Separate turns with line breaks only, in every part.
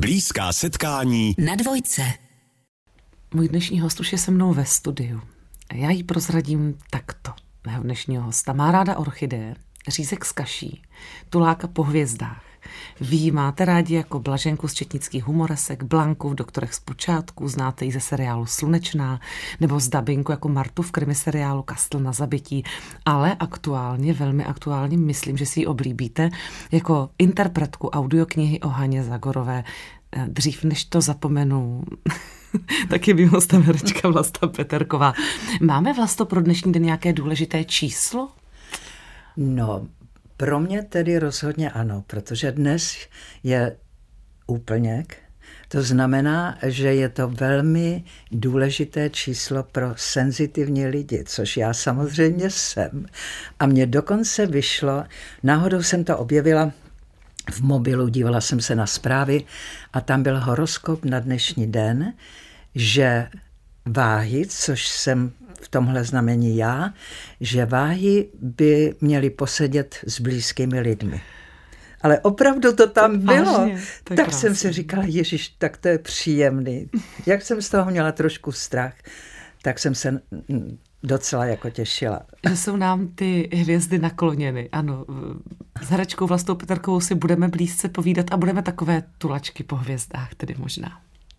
Blízká setkání
na Dvojce.
Můj dnešní host už je se mnou ve studiu. Já jí prozradím takto. Mého dnešního hosta má ráda orchideje, řízek z kaší, tuláka po hvězdách. Vy ji máte rádi jako Blaženku z četnických humoresek, Blanku v Doktorech z počátku, znáte ji ze seriálu Slunečná, nebo z dabinku jako Martu v krimiseriálu Kastl na zabití, ale aktuálně, velmi aktuálně, myslím, že si ji oblíbíte jako interpretku audioknihy o Haně Zagorové. Dřív než to zapomenu, taky mým hostem herečka Vlasta Peterková. Máme, Vlasto, pro dnešní den nějaké důležité číslo?
No, pro mě tedy rozhodně ano, protože dnes je úplněk. To znamená, že je to velmi důležité číslo pro senzitivní lidi, což já samozřejmě jsem. A mně dokonce vyšlo, náhodou jsem to objevila v mobilu, dívala jsem se na zprávy a tam byl horoskop na dnešní den, že váhy, což jsem v tomhle znamení já, že váhy by měly posedět s blízkými lidmi. Ale opravdu to tam bylo.
Vážně,
tak jsem si říkala, Ježiš, tak to je příjemný. Jak jsem z toho měla trošku strach, tak jsem se docela jako těšila.
Že jsou nám ty hvězdy nakloněny. Ano, s herečkou Vlastou Peterkovou si budeme blízce povídat a budeme takové tulačky po hvězdách, tedy možná.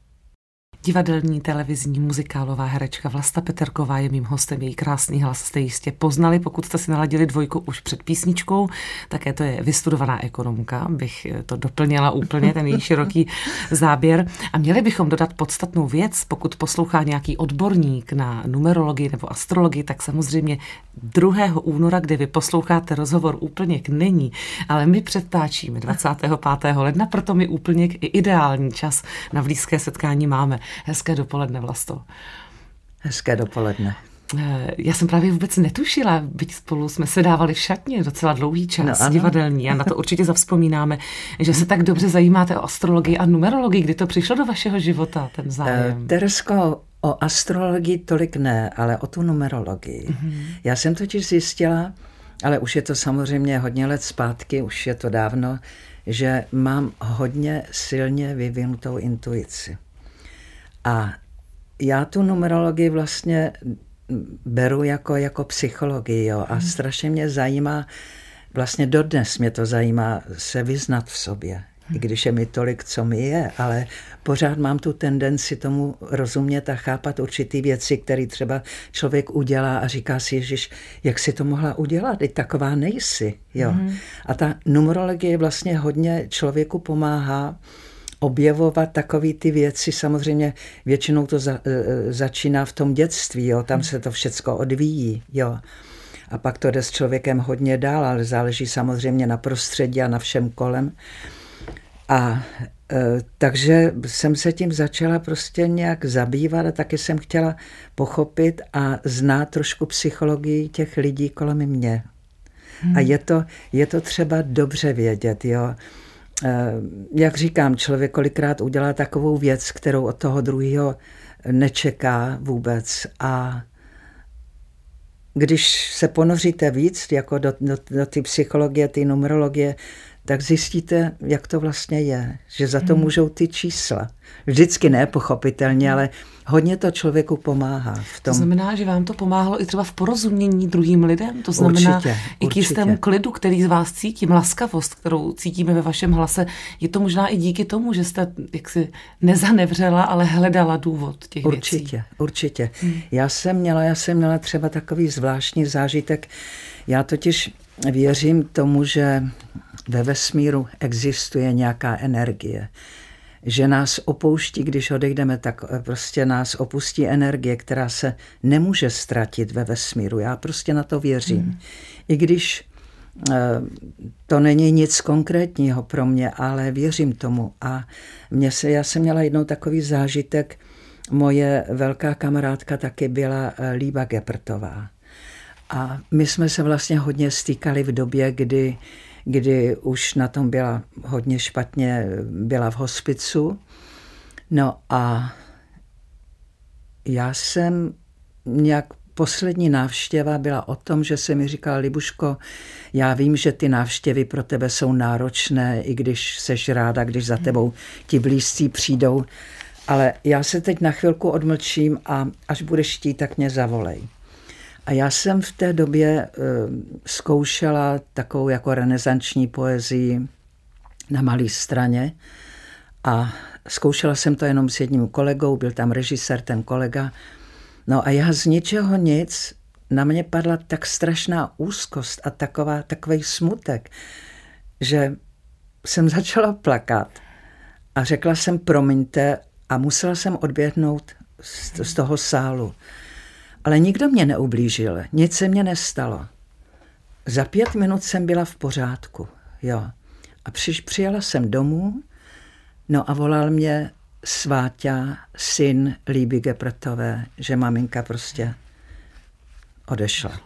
Divadelní, televizní, muzikálová herečka Vlasta Peterková je mým hostem. Její krásný hlas jste jistě poznali, pokud jste si naladili Dvojku už před písničkou. Také to je vystudovaná ekonomka, bych to doplnila úplně, ten její široký záběr. A měli bychom dodat podstatnou věc, pokud poslouchá nějaký odborník na numerologii nebo astrologii, tak samozřejmě 2. února, kdy vy posloucháte rozhovor, úplněk není, ale my předtáčíme 25. ledna, proto my úplněk i ideální čas na blízké setkání máme. Hezké dopoledne, Vlasto.
Hezké dopoledne.
Já jsem právě vůbec netušila, byť spolu jsme se dávali v šatně docela dlouhý čas, divadelní, a na to určitě zavzpomínáme, že se tak dobře zajímáte o astrologii a numerologii. Kdy to přišlo do vašeho života, ten zájem?
Teresko, o astrologii tolik ne, ale o tu numerologii. Já jsem totiž zjistila, ale už je to samozřejmě hodně let zpátky, už je to dávno, že mám hodně silně vyvinutou intuici. A já tu numerologii vlastně beru jako psychologii, jo, a strašně mě zajímá, vlastně dodnes mě to zajímá se vyznat v sobě, i když je mi tolik, co mi je, ale pořád mám tu tendenci tomu rozumět a chápat určitý věci, které třeba člověk udělá a říká si, Ježiš, jak si to mohla udělat, teď taková nejsi, jo. A ta numerologie vlastně hodně člověku pomáhá objevovat takové ty věci, samozřejmě většinou to začíná v tom dětství, jo, tam se to všecko odvíjí, jo. A pak to jde s člověkem hodně dál, ale záleží samozřejmě na prostředí a na všem kolem. A takže jsem se tím začala prostě nějak zabývat a taky jsem chtěla pochopit a znát trošku psychologii těch lidí kolem mě. A je to třeba dobře vědět, jo. Jak říkám, člověk kolikrát udělá takovou věc, kterou od toho druhého nečeká vůbec. A když se ponoříte víc jako do té psychologie, té numerologie, tak zjistíte, jak to vlastně je. Že za to můžou ty čísla. Vždycky ne, pochopitelně, ale hodně to člověku pomáhá v tom.
To znamená, že vám to pomáhalo i třeba v porozumění druhým lidem? To znamená i k jistému klidu, který z vás cítím, laskavost, kterou cítíme ve vašem hlase. Je to možná i díky tomu, že jste jaksi nezanevřela, ale hledala důvod těch věcí.
Určitě. Já jsem měla třeba takový zvláštní zážitek. Já totiž věřím tomu, že ve vesmíru existuje nějaká energie. Že nás opouští, když odejdeme, tak prostě nás opustí energie, která se nemůže ztratit ve vesmíru. Já prostě na to věřím. I když to není nic konkrétního pro mě, ale věřím tomu. A já jsem měla jednou takový zážitek, moje velká kamarádka taky byla Líba Gepertová. A my jsme se vlastně hodně stýkali v době, kdy už na tom byla hodně špatně, byla v hospicu. No a já jsem nějak poslední návštěva byla o tom, že se mi říkala: Libuško, já vím, že ty návštěvy pro tebe jsou náročné, i když seš ráda, když za tebou ti blízcí přijdou, ale já se teď na chvilku odmlčím a až budeš chtít, tak mě zavolej. A já jsem v té době zkoušela takovou jako renesanční poezii na Malé Straně a zkoušela jsem to jenom s jedním kolegou, byl tam režisér, ten kolega. No a já z ničeho nic, na mě padla tak strašná úzkost a takovej smutek, že jsem začala plakat a řekla jsem promiňte a musela jsem odběhnout z toho sálu. Ale nikdo mě neublížil, nic se mě nestalo. Za 5 minut jsem byla v pořádku, jo. A přijela jsem domů, no a volal mě Sváťa, syn Líby Gepertové, že maminka prostě odešla.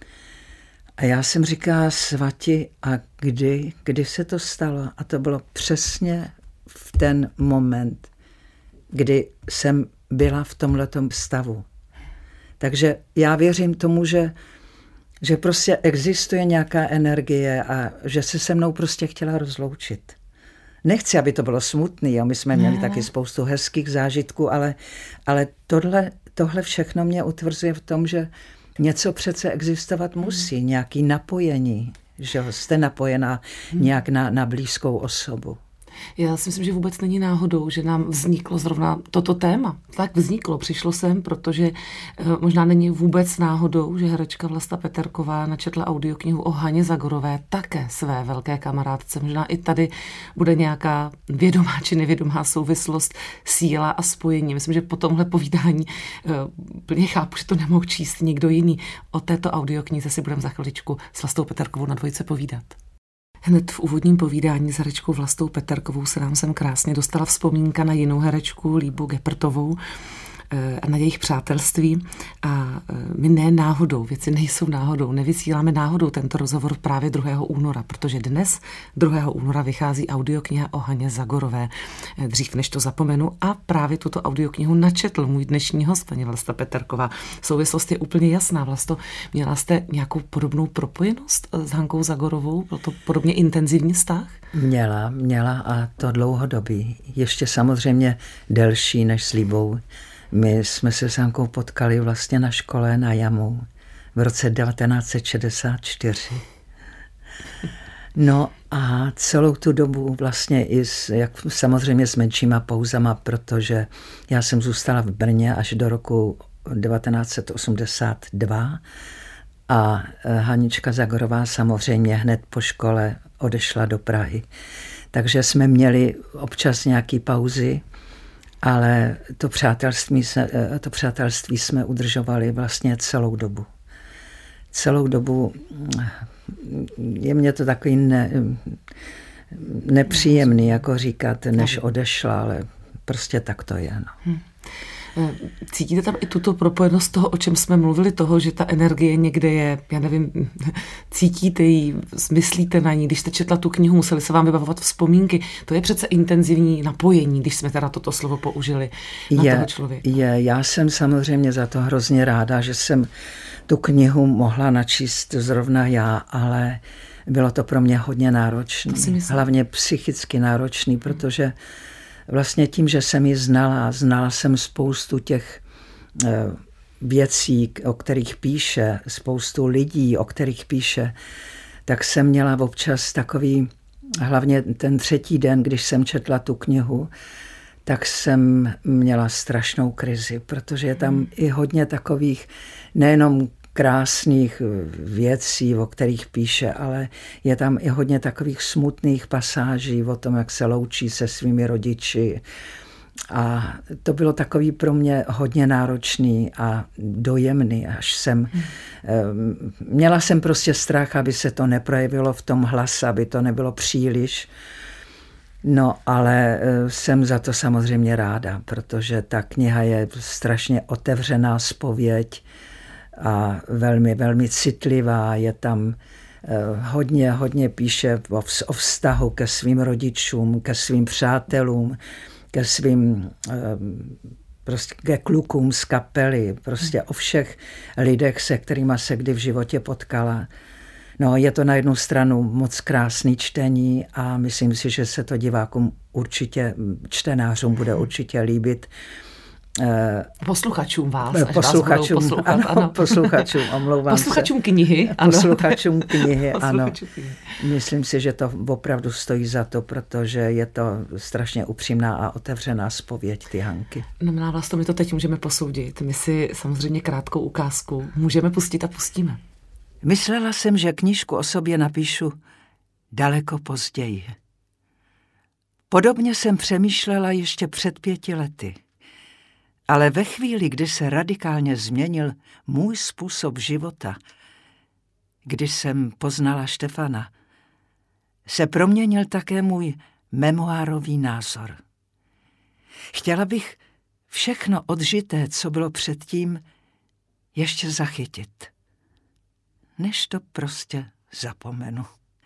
A já jsem říkala Svati, a kdy se to stalo? A to bylo přesně v ten moment, kdy jsem byla v tomhletom stavu. Takže já věřím tomu, že prostě existuje nějaká energie a že se mnou prostě chtěla rozloučit. Nechci, aby to bylo smutný, jo? My jsme měli taky spoustu hezkých zážitků, ale tohle všechno mě utvrzuje v tom, že něco přece existovat musí, nějaký napojení, že jste napojená nějak na blízkou osobu.
Já si myslím, že vůbec není náhodou, že nám vzniklo zrovna toto téma. Tak vzniklo, přišlo sem, protože možná není vůbec náhodou, že herečka Vlasta Peterková načetla audioknihu o Haně Zagorové, také své velké kamarádce. Možná i tady bude nějaká vědomá či nevědomá souvislost, síla a spojení. Myslím, že po tomhle povídání plně chápu, že to nemohl číst někdo jiný. O této audioknize si budeme za chviličku s Vlastou Peterkovou na Dvojce povídat. Hned v úvodním povídání s herečkou Vlastou Peterkovou se nám sem krásně dostala vzpomínka na jinou herečku, Líbu Gepertovou, a na jejich přátelství. A my ne náhodou, věci nejsou náhodou, nevysíláme náhodou tento rozhovor právě 2. února, protože dnes 2. února vychází audiokniha o Haně Zagorové. Dřív než to zapomenu, a právě tuto audioknihu načetl můj dnešní host, paní Vlasta Peterková. Souvislost je úplně jasná. Vlasto, měla jste nějakou podobnou propojenost s Hankou Zagorovou? Byl to podobně intenzivní vztah?
Měla a to dlouhodobý. Ještě samozřejmě delší než s Líbou. My jsme se s Hankou potkali vlastně na škole na Jamu v roce 1964. No a celou tu dobu vlastně samozřejmě s menšíma pauzama, protože já jsem zůstala v Brně až do roku 1982 a Hanička Zagorová samozřejmě hned po škole odešla do Prahy. Takže jsme měli občas nějaký pauzy, ale to přátelství jsme udržovali vlastně celou dobu. Celou dobu je mně to takový nepříjemný, jako říkat, než odešla, ale prostě tak to je. No.
Cítíte tam i tuto propojenost toho, o čem jsme mluvili, toho, že ta energie někde je, já nevím, cítíte ji, myslíte na ní, když jste četla tu knihu, museli se vám vybavovat vzpomínky, to je přece intenzivní napojení, když jsme teda toto slovo použili na toho člověka.
Já jsem samozřejmě za to hrozně ráda, že jsem tu knihu mohla načíst zrovna já, ale bylo to pro mě hodně náročné, hlavně psychicky náročný, protože vlastně tím, že jsem ji znala jsem spoustu těch věcí, o kterých píše, spoustu lidí, o kterých píše, tak jsem měla občas takový, hlavně ten 3. den, když jsem četla tu knihu, tak jsem měla strašnou krizi, protože je tam i hodně takových nejenom krásných věcí, o kterých píše, ale je tam i hodně takových smutných pasáží o tom, jak se loučí se svými rodiči. A to bylo takový pro mě hodně náročný a dojemný, měla jsem prostě strach, aby se to neprojevilo v tom hlase, aby to nebylo příliš. No, ale jsem za to samozřejmě ráda, protože ta kniha je strašně otevřená zpověď a velmi, velmi citlivá. Je tam hodně píše o vztahu ke svým rodičům, ke svým přátelům, ke svým prostě ke klukům z kapely, prostě o všech lidech, se kterými se kdy v životě potkala. No, je to na jednu stranu moc krásný čtení a myslím si, že se to divákům určitě, čtenářům bude určitě líbit.
Posluchačům vás,
posluchačům,
vás poslouchat,
ano. Posluchačům, omlouvám
posluchačům
se.
Knihy, ano.
Posluchačům knihy, ano.
Knihy.
Myslím si, že to opravdu stojí za to, protože je to strašně upřímná a otevřená zpověď ty Hanky.
No, milá Vlasto, my to teď můžeme posoudit. My si samozřejmě krátkou ukázku můžeme pustit a pustíme.
Myslela jsem, že knížku o sobě napíšu daleko později. Podobně jsem přemýšlela ještě před 5 lety. Ale ve chvíli, kdy se radikálně změnil můj způsob života, kdy jsem poznala Štefana, se proměnil také můj memoárový názor. Chtěla bych všechno odžité, co bylo předtím, ještě zachytit, než to prostě zapomenu.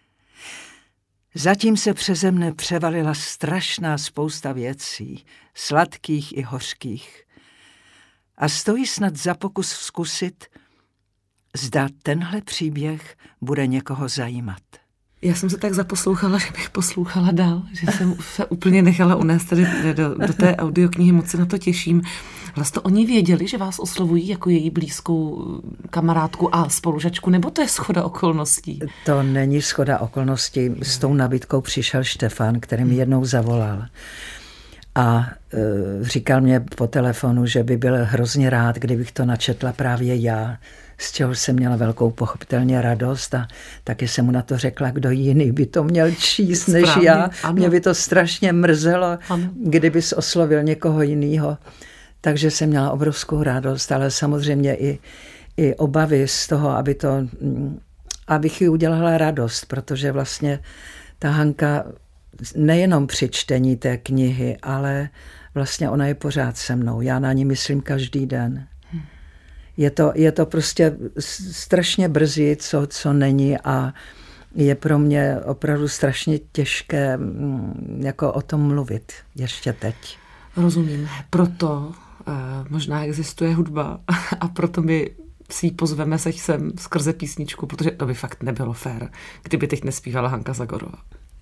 Zatím se přeze mne převalila strašná spousta věcí, sladkých i hořkých. A stojí snad za pokus zkusit, zda tenhle příběh bude někoho zajímat.
Já jsem se tak zaposlouchala, že bych poslouchala dál, že jsem se úplně nechala unést tady do té audioknihy, moc se na to těším. Vlastně oni věděli, že vás oslovují jako její blízkou kamarádku a spolužačku, nebo to je shoda okolností? To
není shoda okolností. S tou nabídkou přišel Štefan, který mi jednou zavolal. A říkal mě po telefonu, že by byl hrozně rád, kdybych to načetla právě já, z čehož jsem měla velkou pochopitelně radost a taky jsem mu na to řekla, kdo jiný by to měl číst než správně, já. Ano. Mě by to strašně mrzelo, ano, kdybys oslovil někoho jiného. Takže jsem měla obrovskou radost, ale samozřejmě i obavy z toho, abych jí udělala radost, protože vlastně ta Hanka nejenom při čtení té knihy, ale vlastně ona je pořád se mnou. Já na ní myslím každý den. Je to prostě strašně brzy, co není a je pro mě opravdu strašně těžké jako o tom mluvit ještě teď.
Rozumím. Proto možná existuje hudba a proto my si ji pozveme sem skrze písničku, protože to by fakt nebylo fér, kdyby teď nespívala Hanka Zagorová.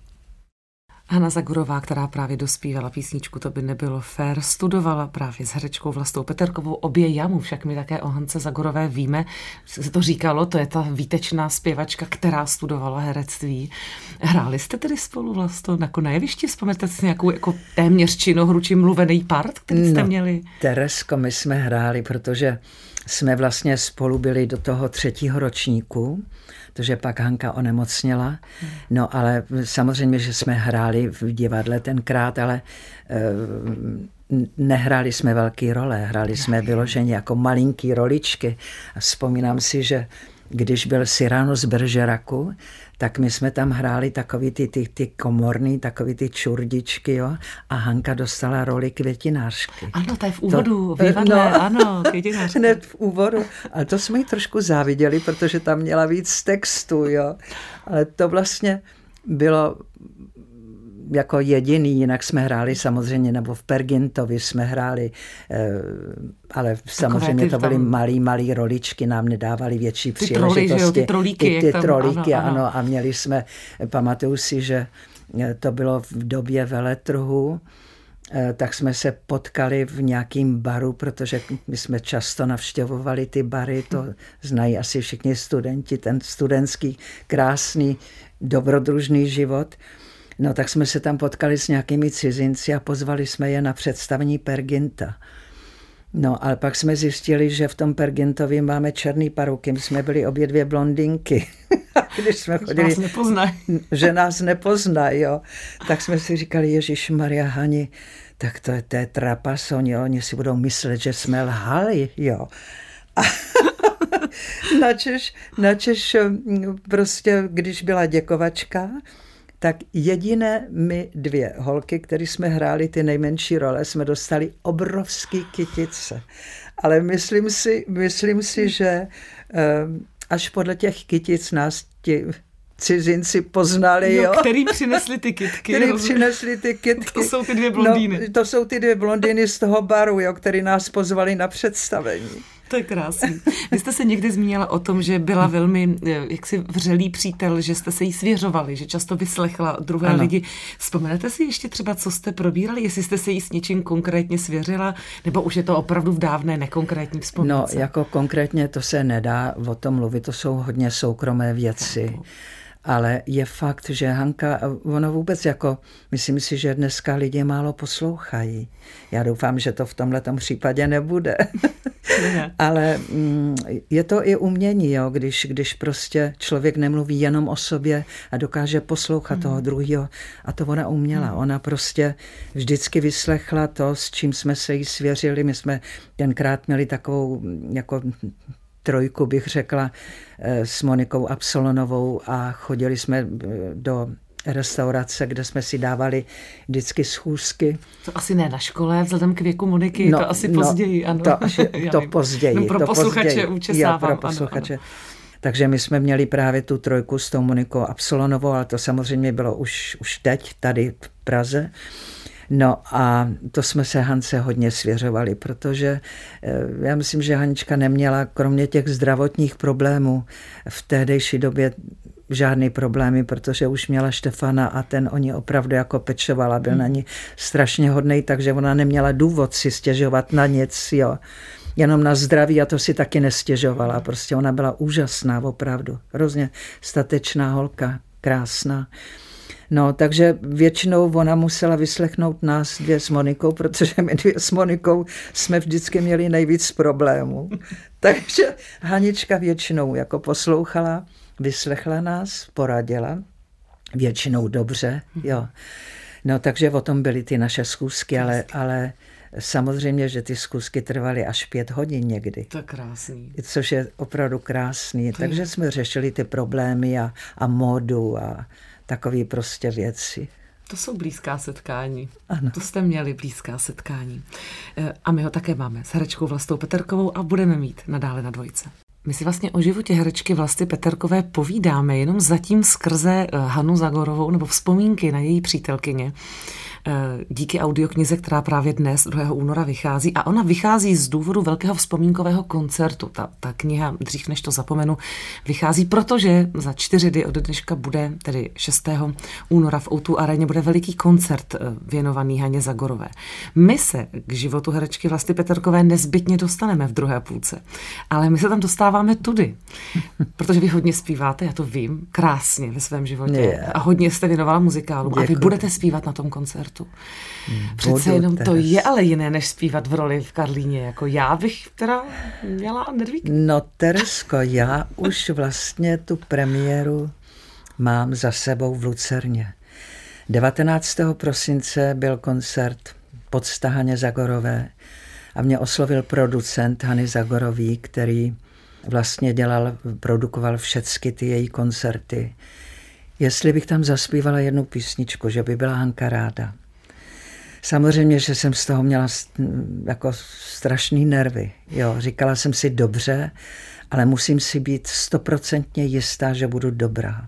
Hana Zagorová, která právě dospívala písničku To by nebylo fér, studovala právě s herečkou Vlastou Peterkovou obě jamu, však my také o Hance Zagorové víme, se to říkalo, to je ta výtečná zpěvačka, která studovala herectví. Hráli jste tedy spolu, Vlasto, na jevišti? Vzpomeňte si nějakou jako téměř činohru či mluvený part, který jste měli?
Teresko, my jsme hráli, protože jsme vlastně spolu byli do toho 3. ročníku, protože pak Hanka onemocněla. No ale samozřejmě, že jsme hráli v divadle tenkrát, ale nehráli jsme velký role, hráli jsme vyloženě jako malinký roličky. A vzpomínám si, že když byl Cyrano z Bergeracu, tak my jsme tam hráli takový ty komorný, takový ty čurdičky, jo, a Hanka dostala roli květinářky.
Ano, to je v úvodu, vývadle, no, ano, květinářka.
Hned v úvodu, ale to jsme jí trošku záviděli, protože tam měla víc textu, jo, ale to vlastně bylo jako jediný, jinak jsme hráli samozřejmě, nebo v Pergintovi jsme hráli, ale samozřejmě to byly malý roličky, nám nedávali větší příležitosti.
Ty trolíky.
Ty trolíky, ano, a měli jsme, pamatuju si, že to bylo v době veletrhu, tak jsme se potkali v nějakým baru, protože my jsme často navštěvovali ty bary, to znají asi všichni studenti, ten studentský krásný dobrodružný život. No tak jsme se tam potkali s nějakými cizinci a pozvali jsme je na představení Perginta. No ale pak jsme zjistili, že v tom Pergintovi máme černý paruky, my jsme byli obě dvě blondinky. Když jsme chodili, že nás nepoznají, jo. Tak jsme si říkali, Ježišmarja, Hani, tak to je trapas, oni si budou myslet, že jsme lhali, jo. A načež prostě, když byla děkovačka, tak jediné my 2 holky, které jsme hráli ty nejmenší role, jsme dostali obrovský kytice. Ale myslím si, že až podle těch kytic nás ti cizinci poznali, jo.
Který přinesli ty kytky. To jsou ty dvě blondýny.
No, to jsou ty dvě blondýny z toho baru, jo, který nás pozvali na představení.
To je krásný. Vy jste se někdy zmínila o tom, že byla velmi jaksi vřelý přítel, že jste se jí svěřovali, že často vyslechla druhé lidi. Vzpomenete si ještě třeba, co jste probírali, jestli jste se jí s něčím konkrétně svěřila, nebo už je to opravdu v dávné nekonkrétní vzpomínce?
No, jako konkrétně to se nedá o tom mluvit, to jsou hodně soukromé věci. Ale je fakt, že Hanka, ono vůbec jako, myslím si, že dneska lidi málo poslouchají. Já doufám, že to v tomhletom případě nebude. Ale je to i umění, jo? Když prostě člověk nemluví jenom o sobě a dokáže poslouchat toho druhého. A to ona uměla. Ona prostě vždycky vyslechla to, s čím jsme se jí svěřili. My jsme tenkrát měli takovou jako trojku, bych řekla, s Monikou Absolonovou a chodili jsme do restaurace, kde jsme si dávali vždycky schůzky.
To asi ne na škole, vzhledem k věku Moniky, to asi později. Ano.
To později.
No, pro posluchače učesávám.
Jo, pro posluchače. Ano. Takže my jsme měli právě tu trojku s tou Monikou Absolonovou, ale to samozřejmě bylo už teď, tady v Praze. No a to jsme se Hance hodně svěřovali, protože já myslím, že Hanička neměla kromě těch zdravotních problémů v tehdejší době žádný problémy, protože už měla Štefana a ten o ní opravdu jako pečovala, byl na ní strašně hodnej, takže ona neměla důvod si stěžovat na nic, jo. Jenom na zdraví a to si taky nestěžovala. Prostě ona byla úžasná, opravdu. Hrozně statečná holka, krásná. No, takže většinou ona musela vyslechnout nás dvě s Monikou, protože my dvě s Monikou jsme vždycky měli nejvíc problémů. Takže Hanička většinou jako poslouchala, vyslechla nás, poradila, většinou dobře, jo. No, takže o tom byly ty naše schůzky, ale samozřejmě, že ty schůzky trvaly až 5 hodin někdy.
To je krásný.
Což je opravdu krásný. Takže jsme řešili ty problémy a módu a takové prostě věci.
To jsou blízká setkání.
Ano.
To jste měli blízká setkání. A my ho také máme s herečkou Vlastou Peterkovou a budeme mít nadále na Dvojce. My si vlastně o životě herečky Vlasty Peterkové povídáme jenom zatím skrze Hanu Zagorovou nebo vzpomínky na její přítelkyně. Díky audioknize, která právě dnes 2. února vychází. A ona vychází z důvodu velkého vzpomínkového koncertu. Ta kniha, dřív než to zapomenu, vychází, protože za 4 dny od dneška bude, tedy 6. února v O2 aréně, bude veliký koncert věnovaný Haně Zagorové. My se k životu herečky Vlasty Peterkové nezbytně dostaneme v druhé půlce. Ale my se tam dostáváme tudy. Protože vy hodně zpíváte, já to vím, krásně ve svém životě. A hodně jste věnovala muzikálům. Děkuji. A vy budete zpívat na tom koncertu. Přece jenom to je ale jiné, než zpívat v roli v Karlíně. Jako já bych teda měla nervíky.
No Teresko, já už vlastně tu premiéru mám za sebou v Lucerně. 19. prosince byl koncert podsta Haně Zagorové a mě oslovil producent Hany Zagorový, který vlastně produkoval všechny ty její koncerty. Jestli bych tam zaspívala jednu písničku, že by byla Hanka ráda. Samozřejmě, že jsem z toho měla jako strašný nervy. Jo, říkala jsem si dobře, ale musím si být 100% jistá, že budu dobrá.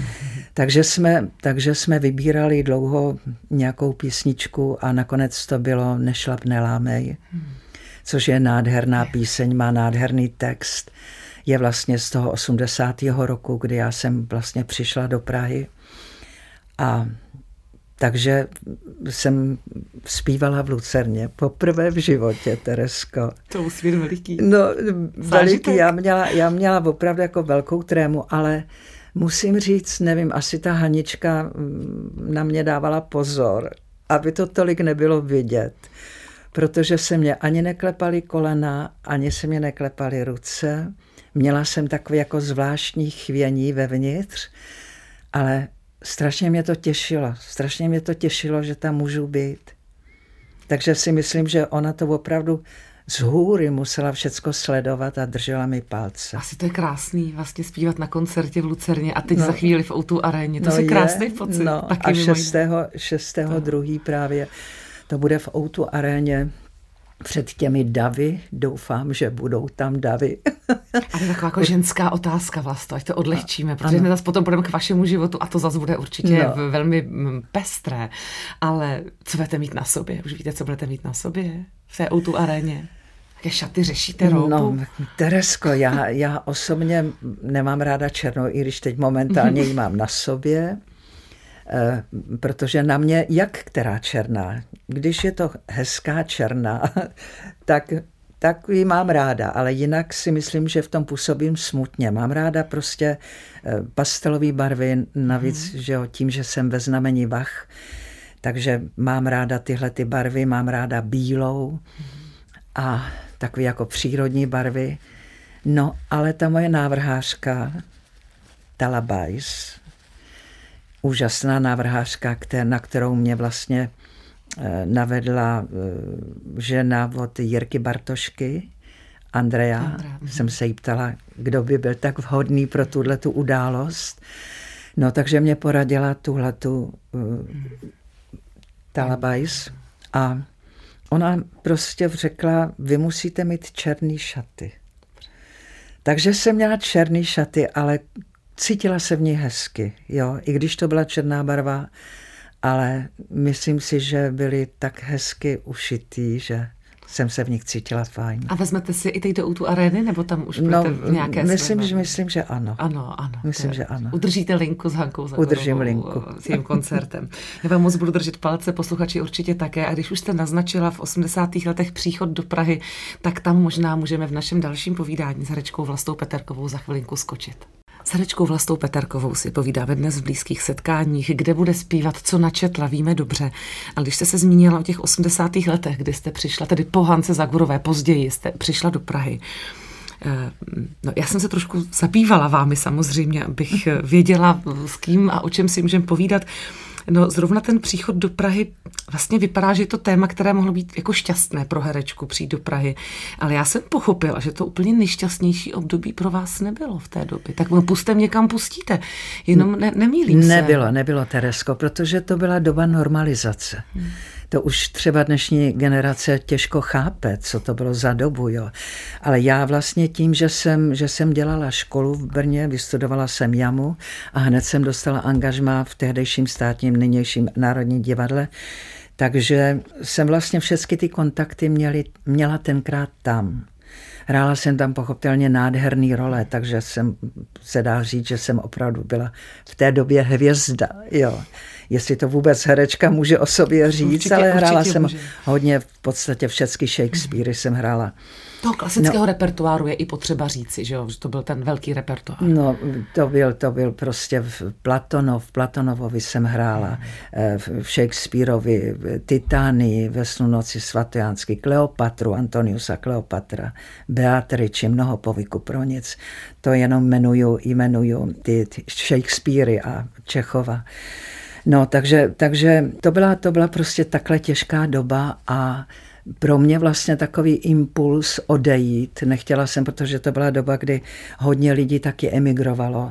Takže jsme vybírali dlouho nějakou písničku a nakonec to bylo Nešlap, nelámej, což je nádherná píseň, má nádherný text. Je vlastně z toho 80. roku, kdy já jsem vlastně přišla do Prahy a takže jsem zpívala v Lucerně poprvé v životě, Teresko.
To musí být veliký.
No, veliký. Já měla opravdu jako velkou trému, ale musím říct, nevím, asi ta Hanička na mě dávala pozor, aby to tolik nebylo vidět, protože se mě ani neklepaly kolena, ani se mě neklepaly ruce. Měla jsem takové jako zvláštní chvění vevnitř, ale strašně mě to těšilo, že tam můžu být. Takže si myslím, že ona to opravdu z hůry musela všecko sledovat a držela mi palce.
Asi to je krásný vlastně zpívat na koncertě v Lucerně a teď za chvíli v O2 aréně. To je krásný pocit.
No, a 6.2. právě to bude v O2 aréně před těmi davy, doufám, že budou tam davy.
A to je taková jako ženská otázka vlastně, ať to odlehčíme, protože my zase potom budeme k vašemu životu a to zase bude určitě velmi pestré. Ale co budete mít na sobě? Už víte, co budete mít na sobě v té O2 aréně? Jaké šaty řešíte, roubu?
No, Teresko, já osobně nemám ráda černou, i když teď momentálně ji mám na sobě, protože na mě, jak která černá, když je to hezká černá, tak ji mám ráda, ale jinak si myslím, že v tom působím smutně. Mám ráda prostě pastelové barvy, navíc, že jo, tím, že jsem ve znamení vah, takže mám ráda tyhle ty barvy, mám ráda bílou a takové jako přírodní barvy. No, ale ta moje návrhářka, Talabais, úžasná návrhářka, na kterou mě vlastně navedla žena od Jirky Bartošky, Andrea. Jsem se jí ptala, kdo by byl tak vhodný pro tuhletu událost. No, takže mě poradila tuhletu Talabais a ona prostě řekla, vy musíte mít černý šaty. Takže jsem měla černý šaty, ale cítila se v ní hezky, jo, i když to byla černá barva, ale myslím si, že byly tak hezky ušitý, že jsem se v nich cítila fajn.
A vezmete si i teď do O2 arény, nebo tam už budete v nějaké
myslím, že ano.
Ano.
Myslím, že ano.
Udržíte linku s Hankou Zagorovou.
Udržím linku.
S jejím koncertem. Já vám moc budu držet palce, posluchači určitě také. A když už jste naznačila v 80. letech příchod do Prahy, tak tam možná můžeme v našem dalším povídání s herečkou Vlastou Peterkovou za chvilinku skočit. S herečkou Vlastou Peterkovou si povídáme dnes v blízkých setkáních, kde bude zpívat, co načetla, víme dobře. A když jste se zmínila o těch 80. letech, kdy jste přišla, tedy po Hance Zagorové, později jste přišla do Prahy. No, já jsem se trošku zabývala vámi samozřejmě, abych věděla, s kým a o čem si můžeme povídat. No, zrovna ten příchod do Prahy vlastně vypadá, že je to téma, které mohlo být jako šťastné pro herečku přijít do Prahy. Ale já jsem pochopila, že to úplně nejšťastnější období pro vás nebylo v té době. Tak pustem někam pustíte, jenom nemýlím se.
Nebylo, Teresko, protože to byla doba normalizace. To už třeba dnešní generace těžko chápe, co to bylo za dobu, jo. Ale já vlastně tím, že jsem dělala školu v Brně, vystudovala jsem JAMu a hned jsem dostala angažmá v tehdejším státním, nynějším Národním divadle, takže jsem vlastně všechny ty kontakty měla tenkrát tam. Hrála jsem tam pochopitelně nádherný role, takže se dá říct, že jsem opravdu byla v té době hvězda, jo. Jestli to vůbec herečka může o sobě říct, ale hrála jsem hodně, v podstatě všechny Shakespeary jsem hrála.
Toho klasického repertoáru je i potřeba říci, že to byl ten velký repertoár.
No, to byl prostě v Platonovovi jsem hrála, v Shakespeareovi, Titánii, Ve snu noci svatojánský, Kleopatru, Antoniusa Kleopatra, Beatriči, Mnoho povyku pro nic. To jenom jmenuju ty Shakespeary a Čechova. No, takže to byla prostě takhle těžká doba a pro mě vlastně takový impuls odejít. Nechtěla jsem, protože to byla doba, kdy hodně lidí taky emigrovalo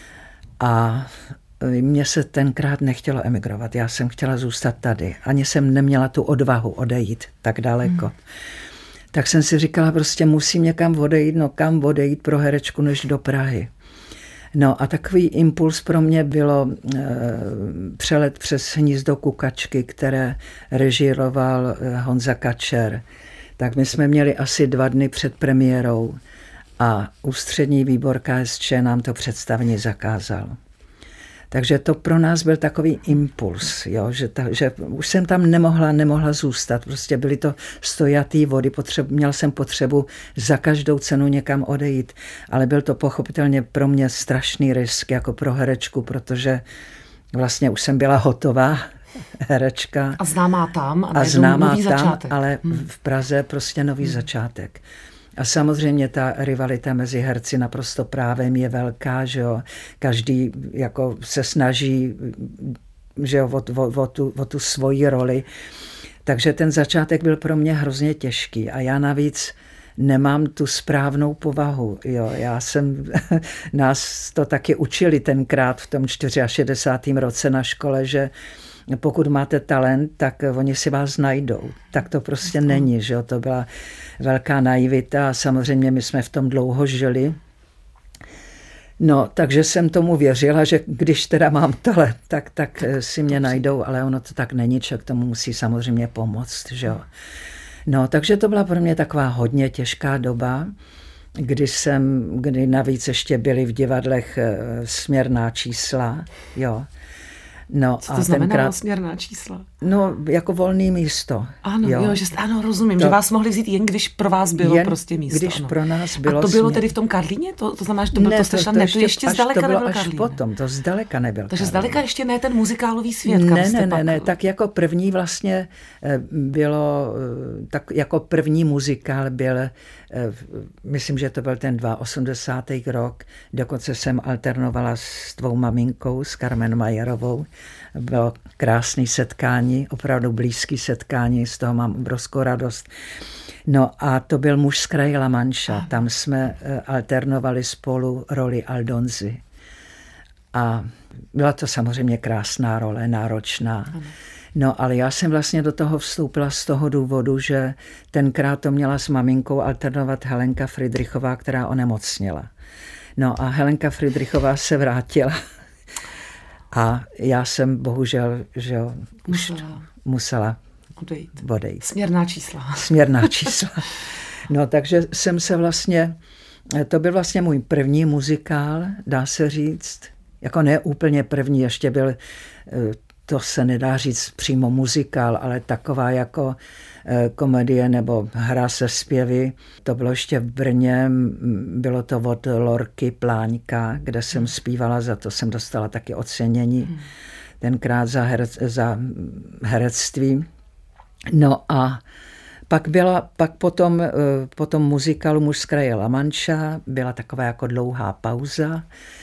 a mně se tenkrát nechtělo emigrovat. Já jsem chtěla zůstat tady. Ani jsem neměla tu odvahu odejít tak daleko. Tak jsem si říkala, prostě musím někam odejít, no kam odejít pro herečku než do Prahy. No a takový impuls pro mě bylo přelet přes Hnízdo kukačky, které režíroval Honza Kačer. Tak my jsme měli asi 2 dny před premiérou a ústřední výbor KSČ nám to představení zakázal. Takže to pro nás byl takový impuls, jo, že už jsem tam nemohla zůstat. Prostě byly to stojatý vody, měl jsem potřebu za každou cenu někam odejít, ale byl to pochopitelně pro mě strašný risk jako pro herečku, protože vlastně už jsem byla hotová herečka.
A známá tam
a známá nový tam, začátek. Ale v Praze prostě nový začátek. A samozřejmě ta rivalita mezi herci naprosto právem je velká, že jo. Každý jako se snaží, že jo, o tu svoji roli. Takže ten začátek byl pro mě hrozně těžký a já navíc nemám tu správnou povahu. Jo. Nás to taky učili tenkrát v tom 64. roce na škole, pokud máte talent, tak oni si vás najdou. Tak to prostě není, že jo? To byla velká naivita a samozřejmě my jsme v tom dlouho žili. No, takže jsem tomu věřila, že když teda mám talent, tak si mě najdou, ale ono to tak není, člověk tomu musí samozřejmě pomoct, že jo. No, takže to byla pro mě taková hodně těžká doba, kdy navíc ještě byly v divadlech směrná čísla, jo. No,
co to znamenalo směrná čísla?
No, jako volné místo.
Ano, jo, ano, rozumím, že vás mohli vzít jen když pro vás bylo prostě místo.
Když
ano.
Pro nás bylo.
A to bylo tedy v tom Karlíně? To znamená, že to bylo to ještě zdaleka nebyl Karlín.
Až potom, to zdaleka nebyl.
Takže zdaleka ještě ne ten muzikálový svět,
Ne, tak jako první vlastně bylo, tak jako první muzikál byl, myslím, že to byl ten 82. rok, dokonce jsem alternovala s tvou maminkou, s Carmen Majerovou. Bylo krásné setkání, opravdu blízké setkání, z toho mám obrovskou radost. No a to byl Muž z kraje La Mancha, tam jsme alternovali spolu roli Aldonzy. A byla to samozřejmě krásná role, náročná. No ale já jsem vlastně do toho vstoupila z toho důvodu, že tenkrát to měla s maminkou alternovat Helenka Fridrichová, která onemocněla. No a Helenka Fridrichová se vrátila. A já jsem bohužel, že musela odejít. Směrná čísla. No, takže jsem se vlastně, to byl vlastně můj první muzikál, dá se říct, jako ne úplně první, ještě byl, to se nedá říct přímo muzikál, ale taková jako komedie nebo hra se zpěvy. To bylo ještě v Brně, bylo to od Lorky Pláňka, kde jsem zpívala, za to jsem dostala taky ocenění, tenkrát za herectví. No a pak po tom muzikálu Muž z kraje La Mancha byla taková jako dlouhá pauza.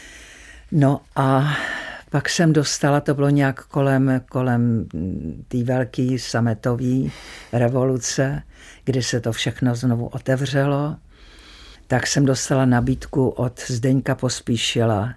No a pak jsem dostala, to bylo nějak kolem té velké sametové revoluce, kdy se to všechno znovu otevřelo, tak jsem dostala nabídku od Zdeňka Pospíšila,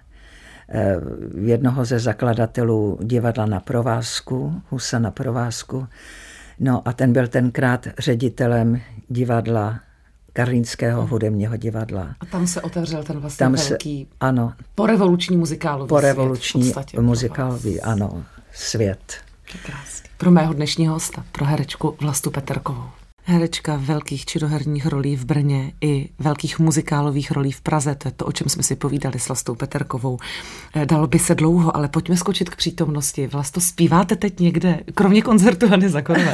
jednoho ze zakladatelů divadla Na provázku, Husa Na provázku. No a ten byl tenkrát ředitelem divadla Karlínského hudebního divadla.
A tam se otevřel ten vlastně velký
porevoluční
muzikálový
muzikálový, ano, svět.
Krásný. Pro mého dnešního hosta, pro herečku Vlastu Peterkovou. Herečka velkých činoherních rolí v Brně i velkých muzikálových rolí v Praze. To je to, o čem jsme si povídali s Vlastou Peterkovou. Dalo by se dlouho, ale pojďme skočit k přítomnosti. Vlasto, zpíváte teď někde, kromě koncertu Hany Zakorové?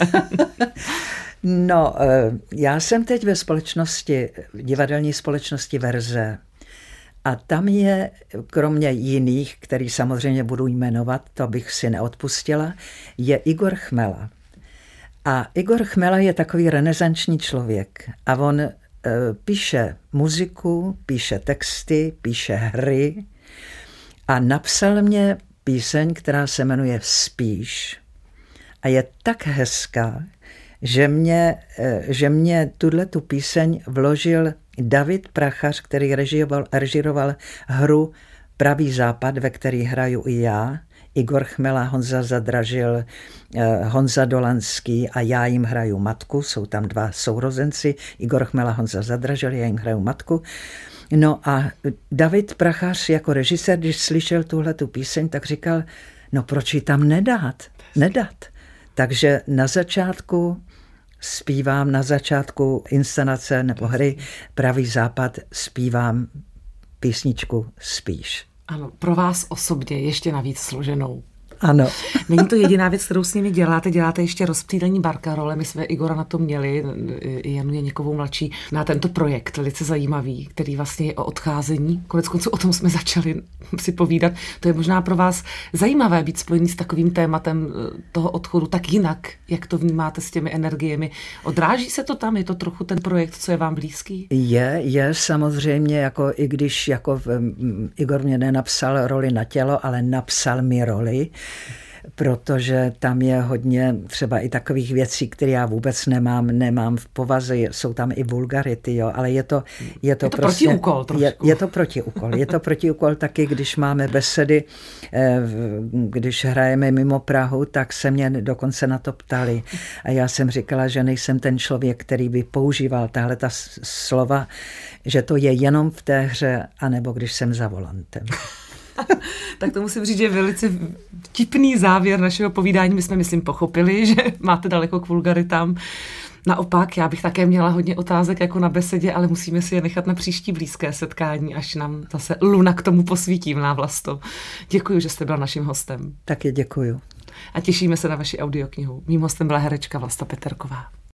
No, já jsem teď ve divadelní společnosti Verze. A tam je, kromě jiných, který samozřejmě budu jmenovat, to bych si neodpustila, je Igor Chmela. A Igor Chmela je takový renesanční člověk. A on píše muziku, píše texty, píše hry a napsal mě píseň, která se jmenuje Spíš. A je tak hezká, že mě tu píseň vložil David Prachař, který režíroval hru Pravý západ, ve který hraju i já. Igor Chmela, Honza Zadražil, Honza Dolanský a já jim hraju matku. Jsou tam dva sourozenci, Igor Chmela, Honza Zadražil, já jim hraju matku. No a David Prachař jako režisér, když slyšel tuhletu píseň, tak říkal, no proč ji tam nedat? Takže na začátku inscenace nebo hry Pravý západ zpívám písničku Spíš.
Ano, pro vás osobně ještě navíc složenou.
Ano.
Není to jediná věc, kterou s nimi děláte ještě rozptýlení Barkarole. My jsme Igora na to měli, Janu Jeníkovou mladší, na tento projekt, velice zajímavý, který vlastně je o odcházení. Koneckonců o tom jsme začali si povídat. To je možná pro vás zajímavé být spojený s takovým tématem toho odchodu tak jinak, jak to vnímáte s těmi energiemi. Odráží se to tam? Je to trochu ten projekt, co je vám blízký?
Je samozřejmě, jako i když Igor mě nenapsal roli na tělo, ale napsal mi roli. protože tam je hodně třeba i takových věcí, které já vůbec nemám v povaze, jsou tam i vulgarity, jo, ale je to prostě
protiúkol trošku.
Je to protiúkol taky, když máme besedy, když hrajeme mimo Prahu, tak se mě dokonce na to ptali. A já jsem říkala, že nejsem ten člověk, který by používal tahle ta slova, že to je jenom v té hře, anebo když jsem za volantem.
Tak to musím říct, že je velice vtipný závěr našeho povídání. My jsme, myslím, pochopili, že máte daleko k vulgaritám. Naopak, já bych také měla hodně otázek jako na besedě, ale musíme si je nechat na příští blízké setkání, až nám zase Luna k tomu posvítí, mlá Vlasto. Děkuji, že jste byla naším hostem.
Taky děkuju.
A těšíme se na vaši audioknihu. Mým hostem byla herečka Vlasta Peterková.